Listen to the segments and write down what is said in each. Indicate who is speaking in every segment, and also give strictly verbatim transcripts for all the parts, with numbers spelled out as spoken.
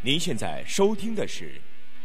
Speaker 1: 您现在收听的是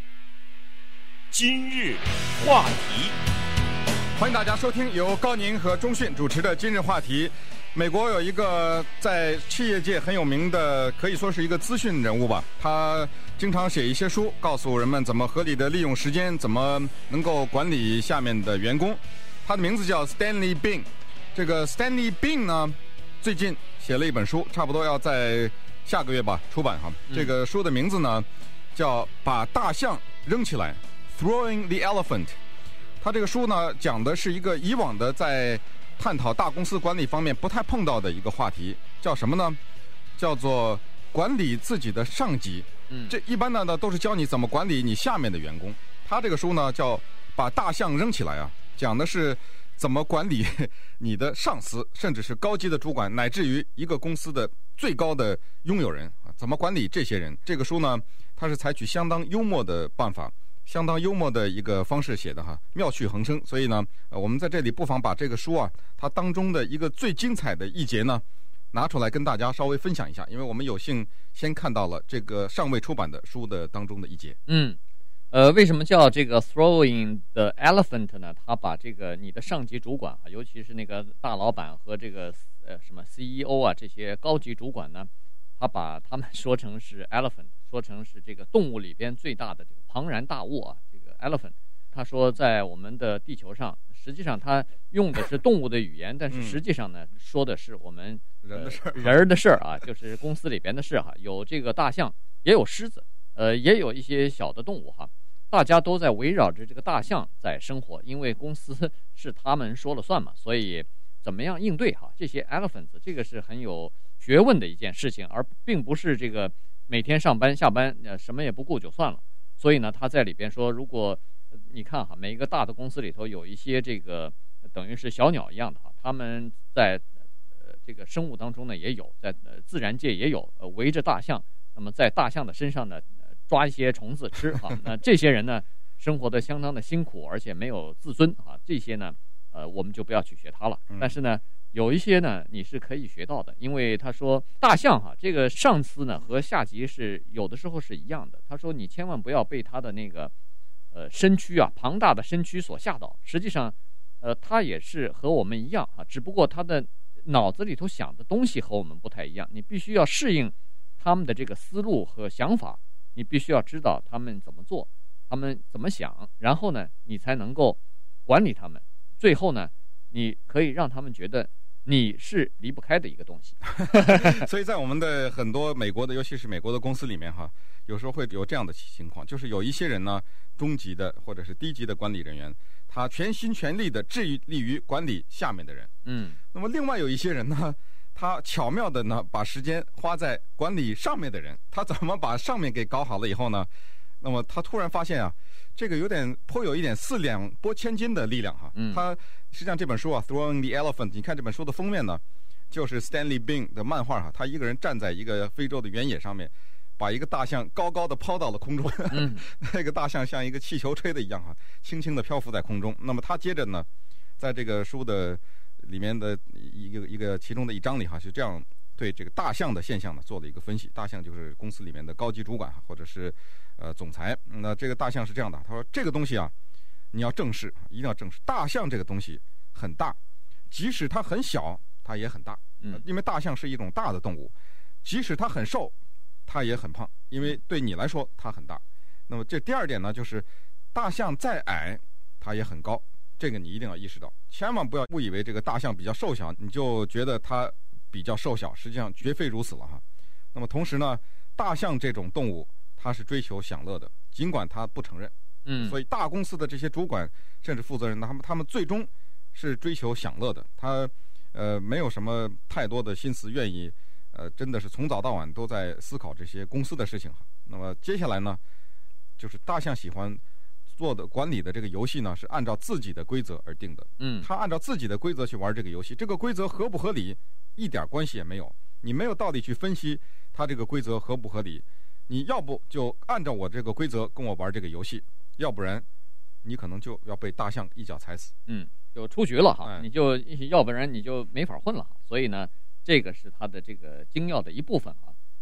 Speaker 1: 今日话题，
Speaker 2: 欢迎大家收听由高宁和钟迅主持的今日话题。美国有一个在企业界很有名的，可以说是一个资讯人物吧，他经常写一些书，告诉人们怎么合理的利用时间，怎么能够管理下面的员工。他的名字叫 Stanley Bean。这个 Stanley Bean 呢，最近写了一本书，差不多要在下个月吧出版哈。这个书的名字呢叫把大象扔起来 Throwing the Elephant。 他这个书呢讲的是一个以往的在探讨大公司管理方面不太碰到的一个话题，叫什么呢？叫做管理自己的上级。嗯，这一般的呢都是教你怎么管理你下面的员工。他这个书呢叫把大象扔起来啊，讲的是怎么管理你的上司，甚至是高级的主管，乃至于一个公司的最高的拥有人啊，怎么管理这些人。这个书呢，它是采取相当幽默的办法，相当幽默的一个方式写的哈，妙趣横生。所以呢，呃，我们在这里不妨把这个书啊，它当中的一个最精彩的一节呢，拿出来跟大家稍微分享一下，因为我们有幸先看到了这个尚未出版的书的当中的一节。
Speaker 3: 嗯。呃，为什么叫这个 throwing the elephant 呢？他把这个你的上级主管啊，尤其是那个大老板和这个呃什么 C E O 啊这些高级主管呢，他把他们说成是 elephant， 说成是这个动物里边最大的这个庞然大物啊，这个 elephant。他说在我们的地球上，实际上他用的是动物的语言，但是实际上呢，说的是我们、
Speaker 2: 呃、人的事儿，
Speaker 3: 人的事儿啊，就是公司里边的事哈。有这个大象，也有狮子。呃，也有一些小的动物哈，大家都在围绕着这个大象在生活，因为公司是他们说了算嘛，所以怎么样应对哈这些 elephants， 这个是很有学问的一件事情，而并不是这个每天上班下班呃什么也不顾就算了。所以呢，他在里边说，如果你看哈，每一个大的公司里头有一些这个等于是小鸟一样的哈，他们在呃这个生物当中呢也有，在呃自然界也有呃围着大象，那么在大象的身上呢抓一些虫子吃啊，那这些人呢，生活的相当的辛苦，而且没有自尊啊，这些呢，呃，我们就不要去学他了。但是呢，有一些呢，你是可以学到的，因为他说大象哈、啊，这个上司呢和下级是有的时候是一样的。他说你千万不要被他的那个呃身躯啊，庞大的身躯所吓倒。实际上，呃，他也是和我们一样啊，只不过他的脑子里头想的东西和我们不太一样，你必须要适应他们的这个思路和想法。你必须要知道他们怎么做，他们怎么想，然后呢，你才能够管理他们。最后呢，你可以让他们觉得你是离不开的一个东西。
Speaker 2: 所以在我们的很多美国的，尤其是美国的公司里面哈，有时候会有这样的情况，就是有一些人呢，中级的或者是低级的管理人员，他全心全力的致力于管理下面的人。嗯，那么另外有一些人呢，他巧妙的呢，把时间花在管理上面的人。他怎么把上面给搞好了以后呢？那么他突然发现啊，这个有点颇有一点四两拨千斤的力量哈。嗯，他实际上这本书啊 ，Throwing the Elephant， 你看这本书的封面呢，就是 Stanley Bean 的漫画哈。他一个人站在一个非洲的原野上面，把一个大象高高的抛到了空中。嗯，那个大象像一个气球吹的一样哈，轻轻的漂浮在空中。那么他接着呢，在这个书的里面的一个一个其中的一章里哈，是这样对这个大象的现象呢做了一个分析。大象就是公司里面的高级主管或者是呃总裁。那这个大象是这样的，他说这个东西啊，你要正视，一定要正视。大象这个东西很大，即使它很小，它也很大。嗯，因为大象是一种大的动物，即使它很瘦，它也很胖，因为对你来说它很大。那么这第二点呢，就是大象再矮，它也很高。这个你一定要意识到，千万不要误以为这个大象比较瘦小，你就觉得它比较瘦小，实际上绝非如此了哈。那么同时呢，大象这种动物它是追求享乐的，尽管它不承认。嗯，所以大公司的这些主管甚至负责人，他们他们最终是追求享乐的，他呃没有什么太多的心思愿意呃真的是从早到晚都在思考这些公司的事情哈。那么接下来呢，就是大象喜欢做的管理的这个游戏呢，是按照自己的规则而定的。嗯，他按照自己的规则去玩这个游戏，这个规则合不合理，一点关系也没有。你没有道理去分析他这个规则合不合理，你要不就按照我这个规则跟我玩这个游戏，要不然你可能就要被大象一脚踩死。
Speaker 3: 嗯，就出局了哈，哎、你就要不然你就没法混了哈。所以呢，这个是他的这个精要的一部分哈。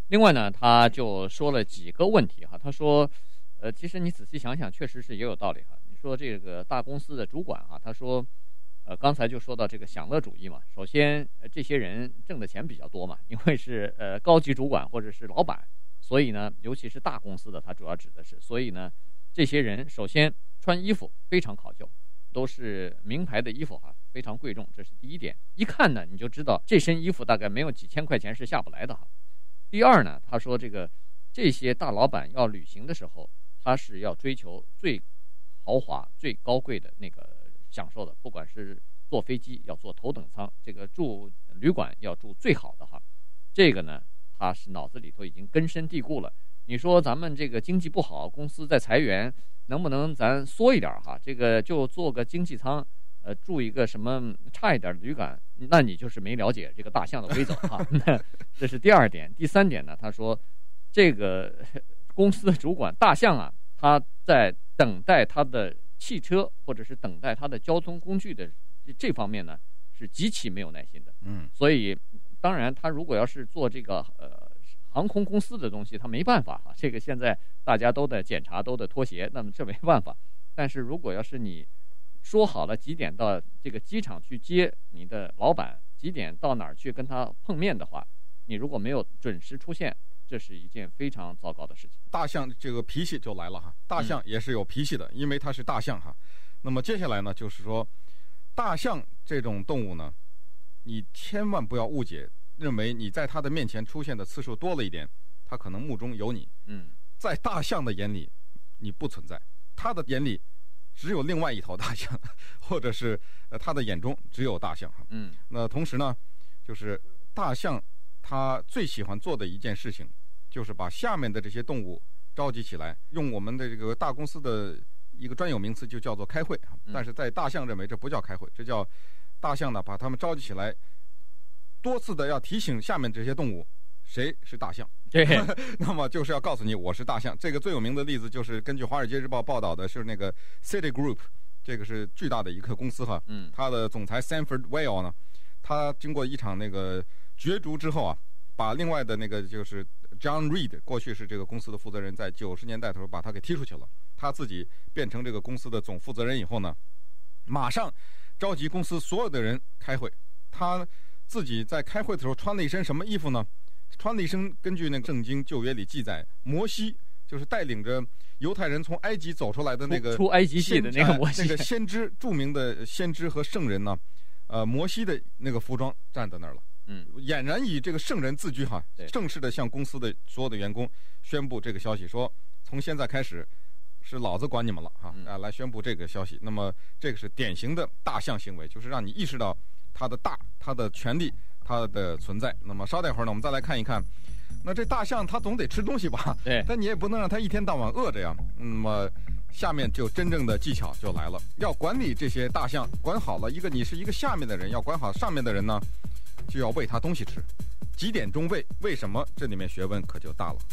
Speaker 3: 另外呢，他就说了几个问题哈，他说，呃，其实你仔细想想，确实是也有道理哈。你说这个大公司的主管哈，他说，呃，刚才就说到这个享乐主义嘛。首先，呃、这些人挣的钱比较多嘛，因为是呃高级主管或者是老板，所以呢，尤其是大公司的，他主要指的是，所以呢，这些人首先穿衣服非常考究，都是名牌的衣服哈，非常贵重，这是第一点。一看呢，你就知道这身衣服大概没有几千块钱是下不来的哈。第二呢，他说这个这些大老板要旅行的时候，他是要追求最豪华、最高贵的那个享受的，不管是坐飞机要坐头等舱，这个住旅馆要住最好的哈。这个呢，他是脑子里头已经根深蒂固了。你说咱们这个经济不好，公司在裁员，能不能咱缩一点哈？这个就做个经济舱。呃，住一个什么差一点的旅馆，那你就是没了解这个大象的规则哈。那这是第二点。第三点呢，他说，这个公司的主管大象啊，他在等待他的汽车或者是等待他的交通工具的这方面呢，是极其没有耐心的。
Speaker 2: 嗯，
Speaker 3: 所以当然，他如果要是做这个呃航空公司的东西，他没办法哈。这个现在大家都在检查，都在脱鞋，那么这没办法。但是如果要是你说好了几点到这个机场去接你的老板，几点到哪儿去跟他碰面的话，你如果没有准时出现，这是一件非常糟糕的事情。
Speaker 2: 大象这个脾气就来了哈，大象也是有脾气的，嗯、因为它是大象哈。那么接下来呢，就是说，大象这种动物呢，你千万不要误解，认为你在它的面前出现的次数多了一点，它可能目中有你。
Speaker 3: 嗯，
Speaker 2: 在大象的眼里，你不存在，它的眼里只有另外一头大象，或者是呃他的眼中只有大象哈。
Speaker 3: 嗯，
Speaker 2: 那同时呢，就是大象它最喜欢做的一件事情，就是把下面的这些动物召集起来，用我们的这个大公司的一个专有名词就叫做开会。但是在大象认为这不叫开会，这叫大象呢把它们召集起来，多次的要提醒下面这些动物谁是大象。
Speaker 3: 对，
Speaker 2: 那么就是要告诉你我是大象。这个最有名的例子就是根据《华尔街日报》报道的是那个 Citigroup， 这个是巨大的一个公司哈。
Speaker 3: 嗯，
Speaker 2: 它的总裁 Sanford Weill 呢，他经过一场那个角逐之后啊，把另外的那个就是 John Reed， 过去是这个公司的负责人，在九十年代的时候把他给踢出去了。他自己变成这个公司的总负责人以后呢，马上召集公司所有的人开会。他自己在开会的时候穿了一身什么衣服呢？穿了一身根据那个圣经旧约里记载，摩西就是带领着犹太人从埃及走出来的那个
Speaker 3: 出埃及记的那个摩西，
Speaker 2: 那个先知，著名的先知和圣人呢，呃，摩西的那个服装站在那儿了。
Speaker 3: 嗯，
Speaker 2: 俨然以这个圣人自居哈，正式的向公司的所有的员工宣布这个消息，说从现在开始是老子管你们了哈，啊，来宣布这个消息。那么这个是典型的大象行为，就是让你意识到它的大，它的权力，它的存在。那么稍待会儿呢，我们再来看一看，那这大象它总得吃东西吧？
Speaker 3: 对，
Speaker 2: 但你也不能让它一天到晚饿着呀。那么下面就真正的技巧就来了，要管理这些大象，管好了一个你是一个下面的人，要管好上面的人呢，就要喂它东西吃。几点钟喂？为什么？这里面学问可就大了。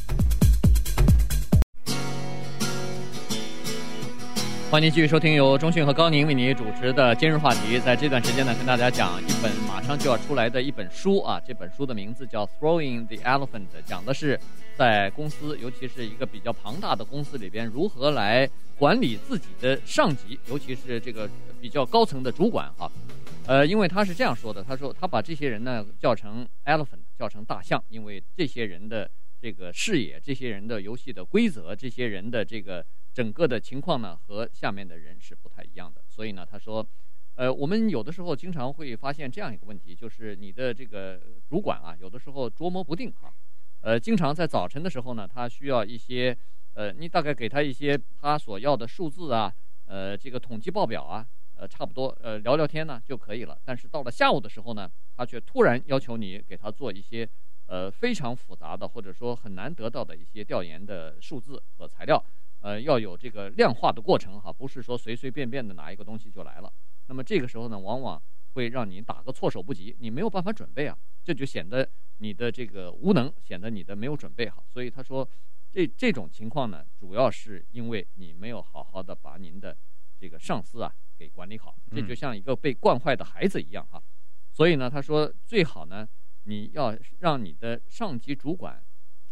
Speaker 3: 欢迎继续收听由钟迅和高宁为你主持的今日话题。在这段时间呢，跟大家讲一本马上就要出来的一本书啊，这本书的名字叫《Throwing the Elephant》，讲的是在公司，尤其是一个比较庞大的公司里边，如何来管理自己的上级，尤其是这个比较高层的主管哈。呃，因为他是这样说的，他说他把这些人呢叫成 elephant， 叫成大象，因为这些人的这个视野，这些人的游戏的规则，这些人的这个整个的情况呢和下面的人是不太一样的。所以呢，他说，呃，我们有的时候经常会发现这样一个问题，就是你的这个主管啊，有的时候捉摸不定哈。呃，经常在早晨的时候呢，他需要一些，呃，你大概给他一些他所要的数字啊，呃，这个统计报表啊。呃，差不多，呃，聊聊天呢就可以了。但是到了下午的时候呢，他却突然要求你给他做一些，呃，非常复杂的或者说很难得到的一些调研的数字和材料，呃，要有这个量化的过程哈，不是说随随便便的拿一个东西就来了。那么这个时候呢，往往会让你打个措手不及，你没有办法准备啊，这就显得你的这个无能，显得你的没有准备好。所以他说，这这种情况呢，主要是因为你没有好好的把您的这个上司啊给管理好，这就像一个被惯坏的孩子一样哈。所以呢，他说最好呢，你要让你的上级主管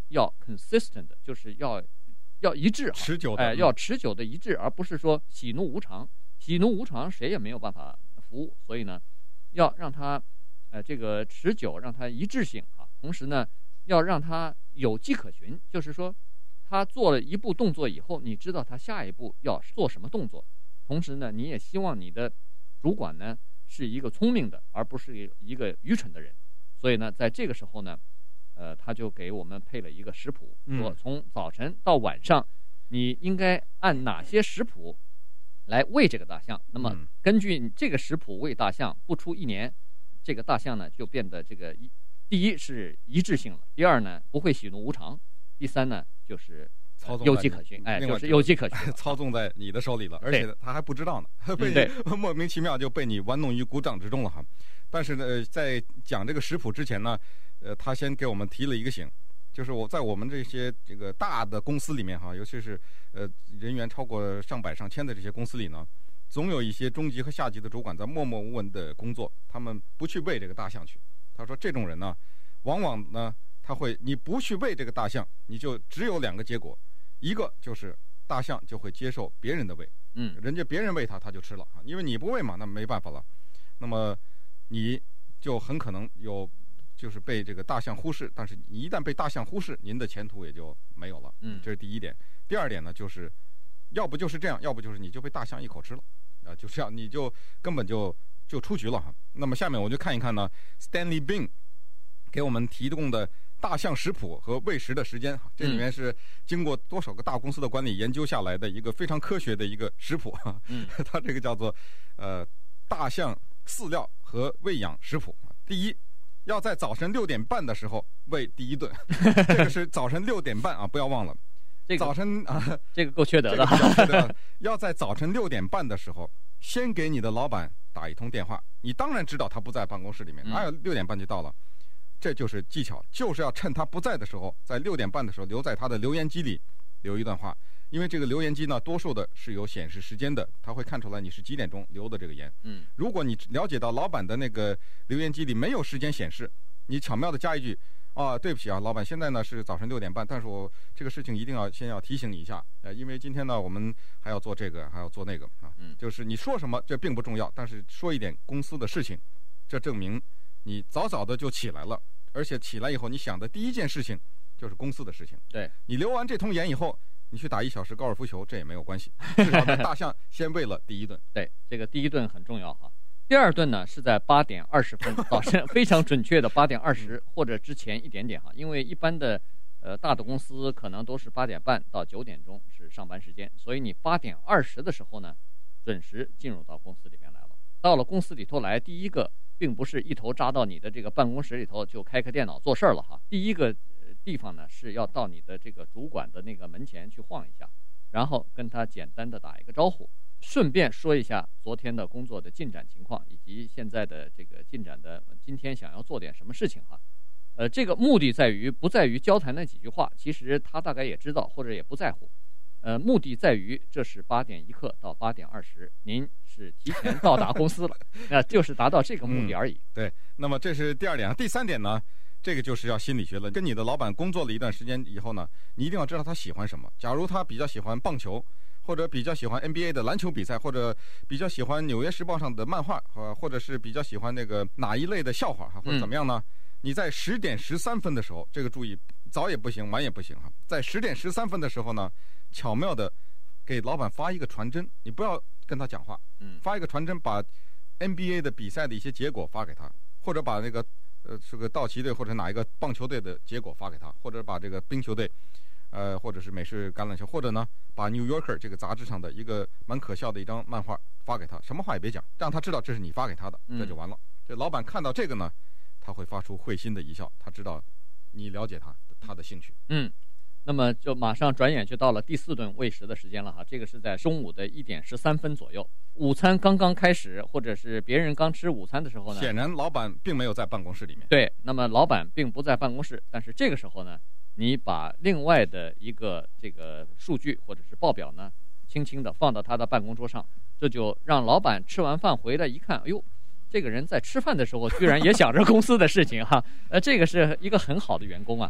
Speaker 3: 要 consistent， 就是要要一致，
Speaker 2: 持久的，
Speaker 3: 哎，要持久的一致，而不是说喜怒无常。喜怒无常，谁也没有办法服务，所以呢，要让它呃这个持久，让它一致性啊。同时呢，要让它有迹可循，就是说，他做了一步动作以后，你知道他下一步要做什么动作。同时呢，你也希望你的主管呢是一个聪明的，而不是一个愚蠢的人。所以呢，在这个时候呢，呃，他就给我们配了一个食谱，说从早晨到晚上，你应该按哪些食谱来喂这个大象。那么根据这个食谱喂大象，不出一年，这个大象呢就变得这个一第一是一致性了，第二呢不会喜怒无常，第三呢就是
Speaker 2: 操纵
Speaker 3: 有迹可循，哎，就是有迹可循，
Speaker 2: 操纵在你的手里了，而且他还不知道呢，被你莫名其妙就被你玩弄于股掌之中了哈。但是呢，在讲这个食谱之前呢，呃，他先给我们提了一个醒，就是我在我们这些这个大的公司里面哈，尤其是呃人员超过上百上千的这些公司里呢，总有一些中级和下级的主管在默默无闻的工作，他们不去喂这个大象去。他说这种人呢，往往呢他会，你不去喂这个大象，你就只有两个结果，一个就是大象就会接受别人的喂，
Speaker 3: 嗯，
Speaker 2: 人家别人喂它，它就吃了啊，因为你不喂嘛，那没办法了。那么你就很可能有就是被这个大象忽视，但是你一旦被大象忽视，您的前途也就没有了。
Speaker 3: 嗯，
Speaker 2: 这是第一点。第二点呢，就是要不就是这样，要不就是你就被大象一口吃了啊，就这样你就根本就就出局了哈。那么下面我就看一看呢 ，Stanley Bean 给我们提供的大象食谱和喂食的时间，这里面是经过多少个大公司的管理研究下来的一个非常科学的一个食谱。
Speaker 3: 嗯，
Speaker 2: 它这个叫做呃大象饲料和喂养食谱。第一，要在早晨六点半的时候喂第一顿，这个是早晨六点半啊，不要忘了。
Speaker 3: 这个、
Speaker 2: 早晨啊，
Speaker 3: 这个够缺德的。
Speaker 2: 这个、要在早晨六点半的时候，先给你的老板打一通电话。你当然知道他不在办公室里面，哪有六点半就到了？嗯，这就是技巧，就是要趁他不在的时候，在六点半的时候留在他的留言机里留一段话。因为这个留言机呢，多数的是有显示时间的，它会看出来你是几点钟留的这个言。
Speaker 3: 嗯，
Speaker 2: 如果你了解到老板的那个留言机里没有时间显示，你巧妙的加一句啊，对不起啊，老板，现在呢是早晨六点半，但是我这个事情一定要先要提醒你一下，呃，因为今天呢我们还要做这个，还要做那个啊。
Speaker 3: 嗯，
Speaker 2: 就是你说什么这并不重要，但是说一点公司的事情，这证明你早早的就起来了，而且起来以后你想的第一件事情就是公司的事情。
Speaker 3: 对，
Speaker 2: 你留完这通言以后，你去打一小时高尔夫球，这也没有关系。至少大象先喂了第一顿。
Speaker 3: 对，这个第一顿很重要哈。第二顿呢是在八点二十分早晨，非常准确的八点二十或者之前一点点哈，因为一般的呃大的公司可能都是八点半到九点钟是上班时间，所以你八点二十的时候呢，准时进入到公司里面来了。到了公司里头来，第一个并不是一头扎到你的这个办公室里头就开个电脑做事儿了哈。第一个地方呢是要到你的这个主管的那个门前去晃一下，然后跟他简单的打一个招呼，顺便说一下昨天的工作的进展情况，以及现在的这个进展的今天想要做点什么事情哈。呃，这个目的在于不在于交谈那几句话，其实他大概也知道或者也不在乎。呃，目的在于这是八点一刻到八点二十，您是提前到达公司了，那就是达到这个目的而已。
Speaker 2: 嗯、对，那么这是第二点。第三点呢？这个就是要心理学了。跟你的老板工作了一段时间以后呢，你一定要知道他喜欢什么。假如他比较喜欢棒球，或者比较喜欢 N B A 的篮球比赛，或者比较喜欢《纽约时报》上的漫画，或者是比较喜欢那个哪一类的笑话，或者怎么样呢？嗯、你在十点十三分的时候，这个注意，早也不行，晚也不行哈。在十点十三分的时候呢，巧妙的给老板发一个传真，你不要跟他讲话，
Speaker 3: 嗯，
Speaker 2: 发一个传真，把 N B A 的比赛的一些结果发给他，或者把那个。呃，这个道奇队或者哪一个棒球队的结果发给他，或者把这个冰球队，呃，或者是美式橄榄球，或者呢，把《New Yorker》这个杂志上的一个蛮可笑的一张漫画发给他，什么话也别讲，让他知道这是你发给他的，这就完了。嗯、这老板看到这个呢，他会发出会心的一笑，他知道你了解他他的兴趣。
Speaker 3: 嗯。那么就马上转眼就到了第四顿喂食的时间了哈，这个是在中午的一点十三分左右，午餐刚刚开始，或者是别人刚吃午餐的时候呢，
Speaker 2: 显然老板并没有在办公室里面。
Speaker 3: 对，那么老板并不在办公室，但是这个时候呢，你把另外的一个这个数据或者是报表呢，轻轻的放到他的办公桌上，这就让老板吃完饭回来一看，哎呦，这个人在吃饭的时候居然也想着公司的事情哈，呃，这个是一个很好的员工啊。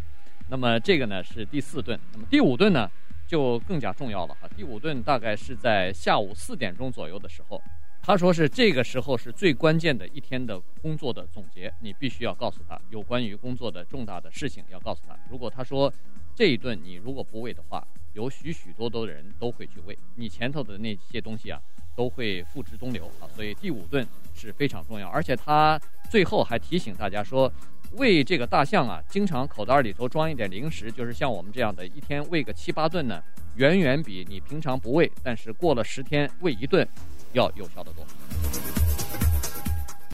Speaker 3: 那么这个呢是第四顿，那么第五顿呢就更加重要了哈。第五顿大概是在下午四点钟左右的时候，他说是这个时候是最关键的一天的工作的总结，你必须要告诉他有关于工作的重大的事情要告诉他。如果他说这一顿你如果不喂的话，有许许多多的人都会去喂，你前头的那些东西啊都会付之东流啊。所以第五顿是非常重要，而且他最后还提醒大家说，喂这个大象啊，经常口袋里头装一点零食，就是像我们这样的一天喂个七八顿呢，远远比你平常不喂，但是过了十天喂一顿要有效得多。